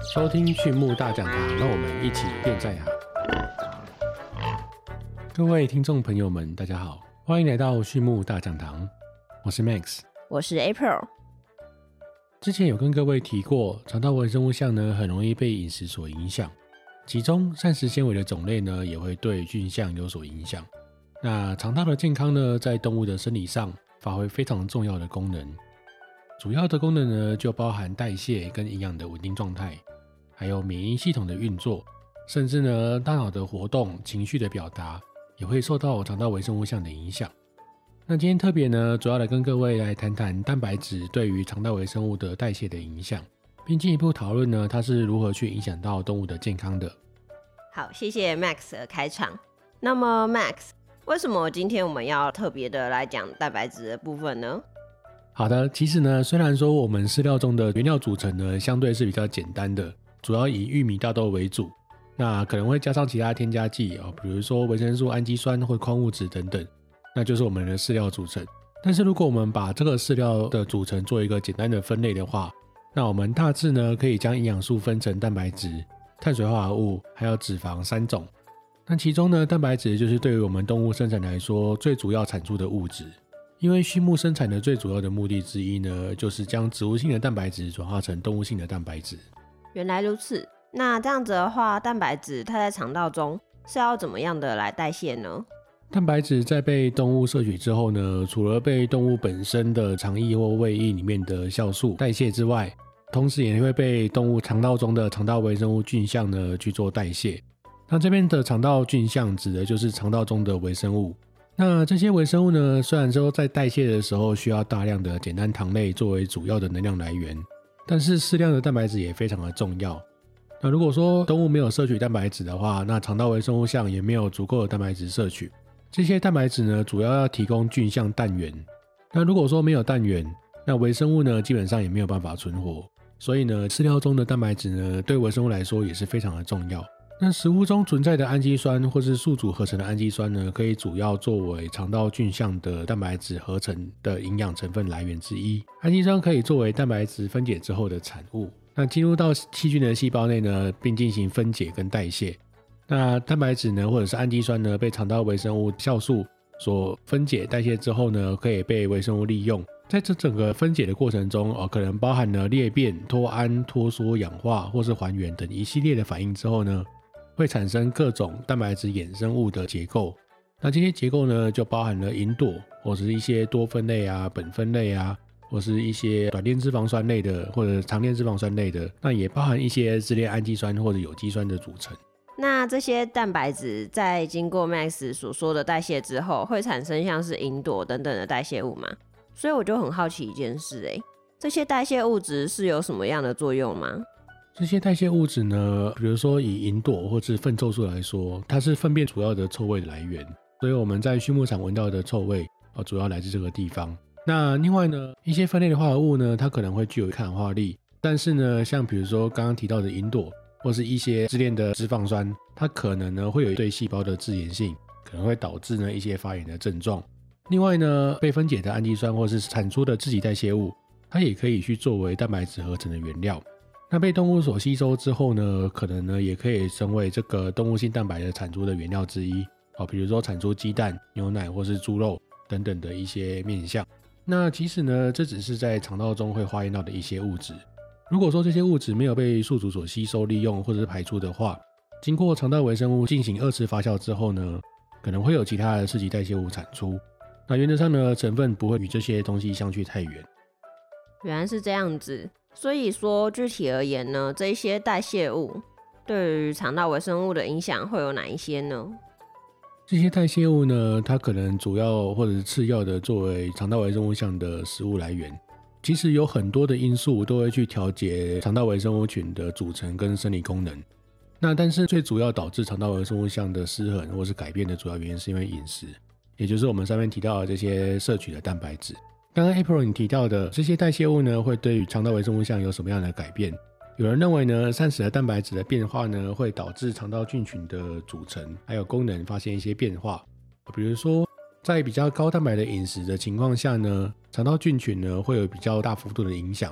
收听畜牧大讲堂，让我们一起变在行。各位听众朋友们，大家好，欢迎来到畜牧大讲堂，我是 Max， 我是 April。 之前有跟各位提过，肠道微生物相呢很容易被饮食所影响，其中膳食纤维的种类呢也会对菌相有所影响。那肠道的健康呢，在动物的生理上发挥非常重要的功能，主要的功能呢就包含代谢跟营养的稳定状态，还有免疫系统的运作，甚至呢大脑的活动、情绪的表达也会受到肠道微生物相的影响。那今天特别呢，主要来跟各位来谈谈蛋白质对于肠道微生物的代谢的影响，并进一步讨论呢它是如何去影响到动物的健康的。 好，谢谢 Max 的开场。那么 Max， 为什么今天我们要特别的来讲蛋白质的部分呢？ 好的，其实呢，虽然说我们饲料中的原料组成呢相对是比较简单的，主要以玉米、大豆为主，那可能会加上其他添加剂比如说维生素、氨基酸或矿物质等等，那就是我们的饲料组成。但是如果我们把这个饲料的组成做一个简单的分类的话，那我们大致呢可以将营养素分成蛋白质、碳水化合物还有脂肪3种。那其中呢，蛋白质就是对于我们动物生产来说最主要产出的物质，因为畜牧生产的最主要的目的之一呢，就是将植物性的蛋白质转化成动物性的蛋白质。 原来如此，那这样子的话，蛋白质它在肠道中是要怎么样的来代谢呢？ 蛋白质在被动物摄取之后呢，除了被动物本身的肠液或胃液里面的酵素代谢之外，同时也会被动物肠道中的肠道微生物菌相呢去做代谢。那这边的肠道菌相指的就是肠道中的微生物。那这些微生物呢，虽然说在代谢的时候需要大量的简单糖类作为主要的能量来源，但是适量的蛋白质也非常的重要。那如果说动物没有摄取蛋白质的话，那肠道微生物相也没有足够的蛋白质摄取。这些蛋白质呢，主要要提供菌相氮源。那如果说没有氮源，那微生物呢基本上也没有办法存活。所以呢，饲料中的蛋白质呢，对微生物来说也是非常的重要。那食物中存在的氨基酸或是宿主合成的氨基酸呢，可以主要作为肠道菌相的蛋白质合成的营养成分来源之一。氨基酸可以作为蛋白质分解之后的产物，那进入到细菌的细胞内呢，并进行分解跟代谢。那蛋白质呢，或者是氨基酸呢，被肠道微生物酵素所分解代谢之后呢，可以被微生物利用。在这整个分解的过程中可能包含了裂变、脱氨、脱缩、氧化或是还原等一系列的反应之后呢，会产生各种蛋白质衍生物的结构。那这些结构呢，就包含了吲哚或是一些多酚类啊、苯酚类啊，或是一些短链脂肪酸类的或者长链脂肪酸类的，那也包含一些支链氨基酸或者有机酸的组成。 那这些蛋白质在经过 Max 所说的代谢之后，会产生像是吲哚等等的代谢物吗？所以我就很好奇一件事这些代谢物质是有什么样的作用吗？ 这些代谢物质呢，比如说以吲哚或是粪臭素来说，它是粪便主要的臭味的来源，所以我们在畜牧场闻到的臭味主要来自这个地方。那另外呢，一些分类的化合物呢，它可能会具有抗氧化力，但是呢，像比如说刚刚提到的吲哚或是一些支链的脂肪酸，它可能呢会有对细胞的致炎性，可能会导致呢一些发炎的症状。另外呢，被分解的氨基酸或是产出的自体代谢物，它也可以去作为蛋白质合成的原料。那被动物所吸收之后呢，可能呢也可以成为这个动物性蛋白的产出的原料之一比如说产出鸡蛋、牛奶或是猪肉等等的一些面向。那其实呢，这只是在肠道中会化验到的一些物质。如果说这些物质没有被宿主所吸收利用或者是排出的话，经过肠道微生物进行2次发酵之后呢，可能会有其他的次级代谢物产出。那原则上呢，成分不会与这些东西相去太远。 原来是这样子，所以说具体而言呢，这一些代谢物对于肠道微生物的影响会有哪一些呢？ 这些代谢物呢，它可能主要或者是次要的作为肠道微生物相的食物来源。其实有很多的因素都会去调节肠道微生物群的组成跟生理功能。那但是最主要导致肠道微生物相的失衡或是改变的主要原因是因为饮食，也就是我们上面提到的这些摄取的蛋白质。刚刚 April 你提到的这些代谢物呢，会对于肠道微生物相有什么样的改变？有人认为呢，膳食的蛋白质的变化呢，会导致肠道菌群的组成还有功能发现一些变化。比如说在比较高蛋白的饮食的情况下呢，肠道菌群呢会有比较大幅度的影响。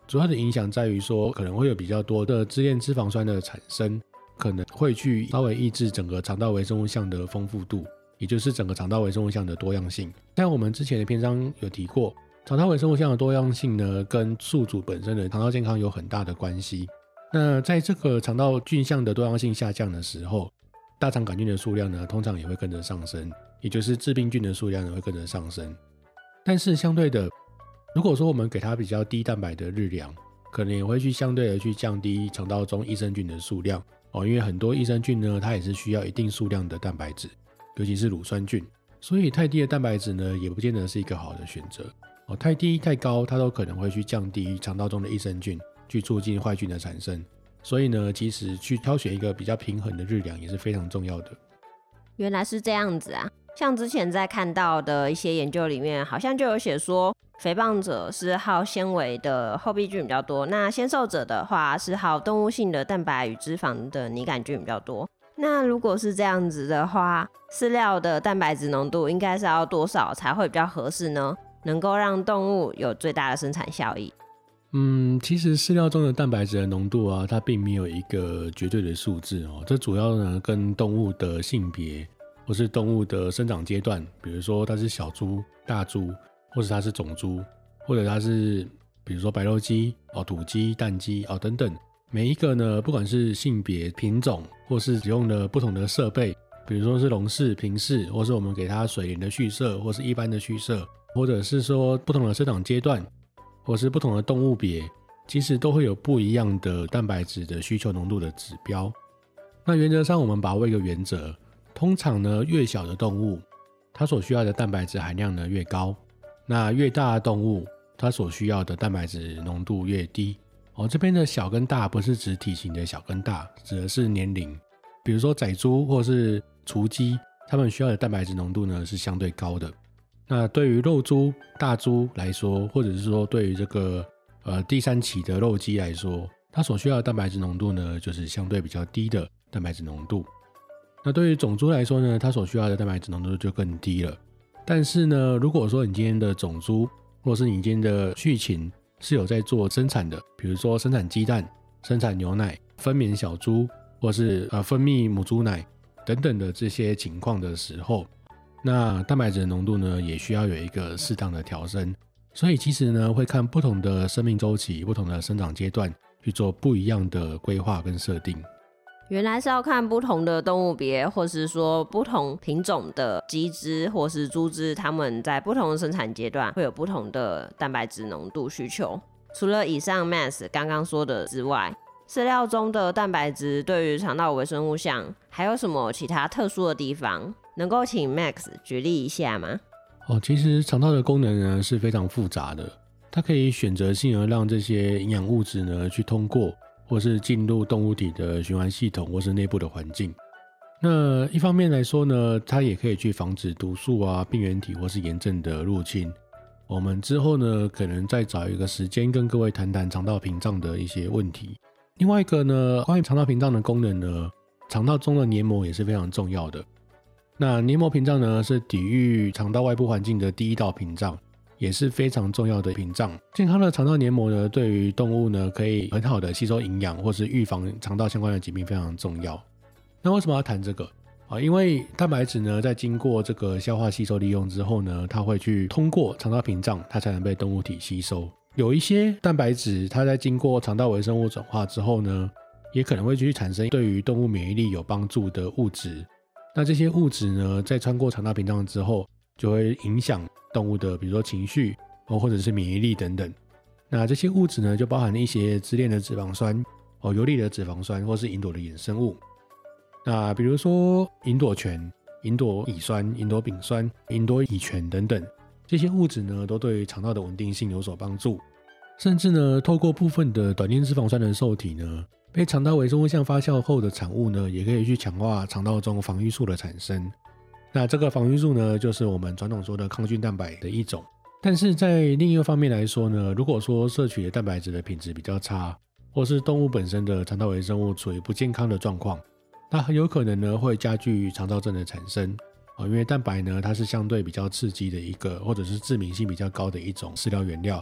主要的影响在于说可能会有比较多的支链脂肪酸的产生，可能会去稍微抑制整个肠道微生物项的丰富度，也就是整个肠道微生物项的多样性。像我们之前的篇章有提过，肠道微生物项的多样性呢，跟宿主本身的肠道健康有很大的关系。那在这个肠道菌相的多样性下降的时候，大肠杆菌的数量呢，通常也会跟着上升，也就是致病菌的数量也会跟着上升。但是相对的，如果说我们给它比较低蛋白的日粮，可能也会去相对的去降低肠道中益生菌的数量因为很多益生菌呢，它也是需要一定数量的蛋白质，尤其是乳酸菌，所以太低的蛋白质呢，也不见得是一个好的选择太低太高，它都可能会去降低肠道中的益生菌，去促进坏菌的产生。所以呢，其实去挑选一个比较平衡的日粮也是非常重要的。 原来是这样子啊！像之前在看到的一些研究里面，好像就有写说，肥胖者是耗纤维的厚壁菌比较多，那纤瘦者的话是耗动物性的蛋白与脂肪的拟杆菌比较多。那如果是这样子的话，饲料的蛋白质浓度应该是要多少才会比较合适呢？能够让动物有最大的生产效益？ 其实饲料中的蛋白质的浓度啊，它并没有一个绝对的数字这主要呢跟动物的性别或是动物的生长阶段，比如说它是小猪、大猪，或者它是种猪，或者它是比如说白肉鸡土鸡、蛋鸡等等，每一个呢不管是性别、品种，或是使用的不同的设备，比如说是笼式、平式，或是我们给它水帘的蓄舍，或是一般的蓄舍，或者是说不同的生长阶段，或是不同的动物别，其实都会有不一样的蛋白质的需求浓度的指标。那原则上我们把握一个原则，通常呢越小的动物，它所需要的蛋白质含量呢越高，那越大的动物，它所需要的蛋白质浓度越低这边的小跟大不是指体型的小跟大，指的是年龄。比如说仔猪或是雏鸡，它们需要的蛋白质浓度呢是相对高的。那对于肉猪、大猪来说，或者是说对于这个第三期的肉鸡来说，它所需要的蛋白质浓度呢就是相对比较低的蛋白质浓度。那对于种猪来说呢，它所需要的蛋白质浓度就更低了。但是呢，如果说你今天的种猪或是你今天的畜禽是有在做生产的，比如说生产鸡蛋、生产牛奶、分娩小猪，或是分泌母猪奶等等的这些情况的时候，那蛋白质的浓度呢也需要有一个适当的调升。所以其实呢会看不同的生命周期、不同的生长阶段去做不一样的规划跟设定。 原来是要看不同的动物别，或是说不同品种的鸡只或是猪只，它们在不同的生产阶段会有不同的蛋白质浓度需求。除了以上 Max 刚刚说的之外，饲料中的蛋白质对于肠道微生物项还有什么其他特殊的地方？能够请 Max 举例一下吗？ 其实肠道的功能呢是非常复杂的，它可以选择性的让这些营养物质呢去通过，或是进入动物体的循环系统，或是内部的环境。那一方面来说呢，它也可以去防止毒素啊、病原体或是炎症的入侵。我们之后呢，可能再找一个时间跟各位谈谈肠道屏障的一些问题。另外一个呢，关于肠道屏障的功能呢，肠道中的黏膜也是非常重要的。那黏膜屏障呢，是抵御肠道外部环境的第一道屏障，也是非常重要的屏障。健康的肠道黏膜呢，对于动物呢，可以很好的吸收营养，或是预防肠道相关的疾病，非常重要。那为什么要谈这个因为蛋白质呢，在经过这个消化吸收利用之后呢，它会去通过肠道屏障，它才能被动物体吸收。有一些蛋白质，它在经过肠道微生物转化之后呢，也可能会去产生对于动物免疫力有帮助的物质。那这些物质呢，在穿过肠道屏障之后，就会影响动物的比如说情绪或者是免疫力等等。那这些物质呢，就包含了一些支链的脂肪酸游离的脂肪酸，或是吲哚的衍生物。那比如说吲哚醛、吲哚乙酸、吲哚丙酸、吲哚乙醛等等，这些物质呢，都对肠道的稳定性有所帮助。甚至呢，透过部分的短链脂肪酸的受体呢，被肠道微生物相发酵后的产物呢，也可以去强化肠道中防御素的产生。那这个防御素呢，就是我们传统说的抗菌蛋白的一种。但是在另一个方面来说呢，如果说摄取的蛋白质的品质比较差，或是动物本身的肠道微生物处于不健康的状况，那很有可能呢会加剧肠燥症的产生因为蛋白呢，它是相对比较刺激的一个，或者是致敏性比较高的一种饲料原料。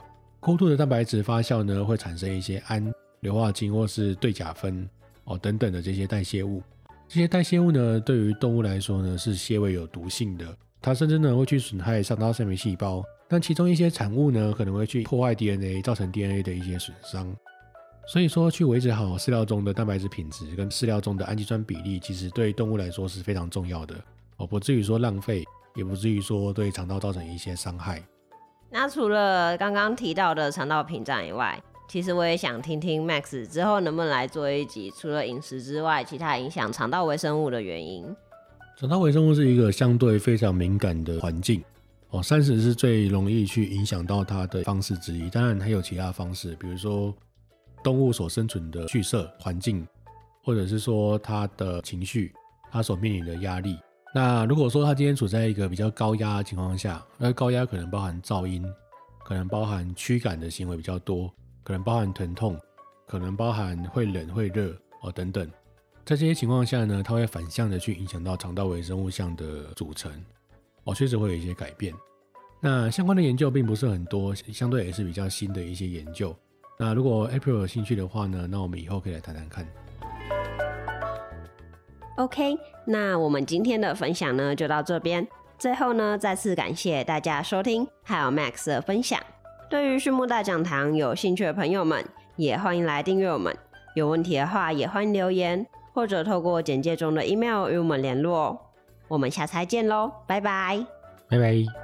过度的蛋白质发酵呢，会产生一些氨、硫化氢或是对甲酚等等的这些代谢物。这些代谢物呢，对于动物来说呢，是些微有毒性的，它甚至呢会去损害肠道上皮细胞。但其中一些产物呢，可能会去破坏 DNA， 造成 DNA 的一些损伤。所以说，去维持好饲料中的蛋白质品质跟饲料中的氨基酸比例，其实对动物来说是非常重要的不至于说浪费，也不至于说对肠道造成一些伤害。 那除了刚刚提到的肠道屏障以外，其实我也想听听 Max 之后能不能来做一集除了饮食之外其他影响肠道微生物的原因。 肠道微生物是一个相对非常敏感的环境膳食是最容易去影响到它的方式之一，当然还有其他方式，比如说动物所生存的畜舍环境，或者是说它的情绪，它所面临的压力。那如果说它今天处在一个比较高压的情况下，那高压可能包含噪音，可能包含驱赶的行为比较多，可能包含疼痛，可能包含会冷会热等等。在这些情况下呢，它会反向的去影响到肠道微生物相的组成确实会有一些改变。那相关的研究并不是很多，相对也是比较新的一些研究。那如果 April 有兴趣的话呢，那我们以后可以来谈谈看。 OK， 那我们今天的分享呢就到这边。最后呢，再次感谢大家收听，还有 Max 的分享。对于畜牧大讲堂有兴趣的朋友们，也欢迎来订阅我们。有问题的话，也欢迎留言，或者透过简介中的 email 与我们联络。我们下次再见喽，拜拜， 拜拜。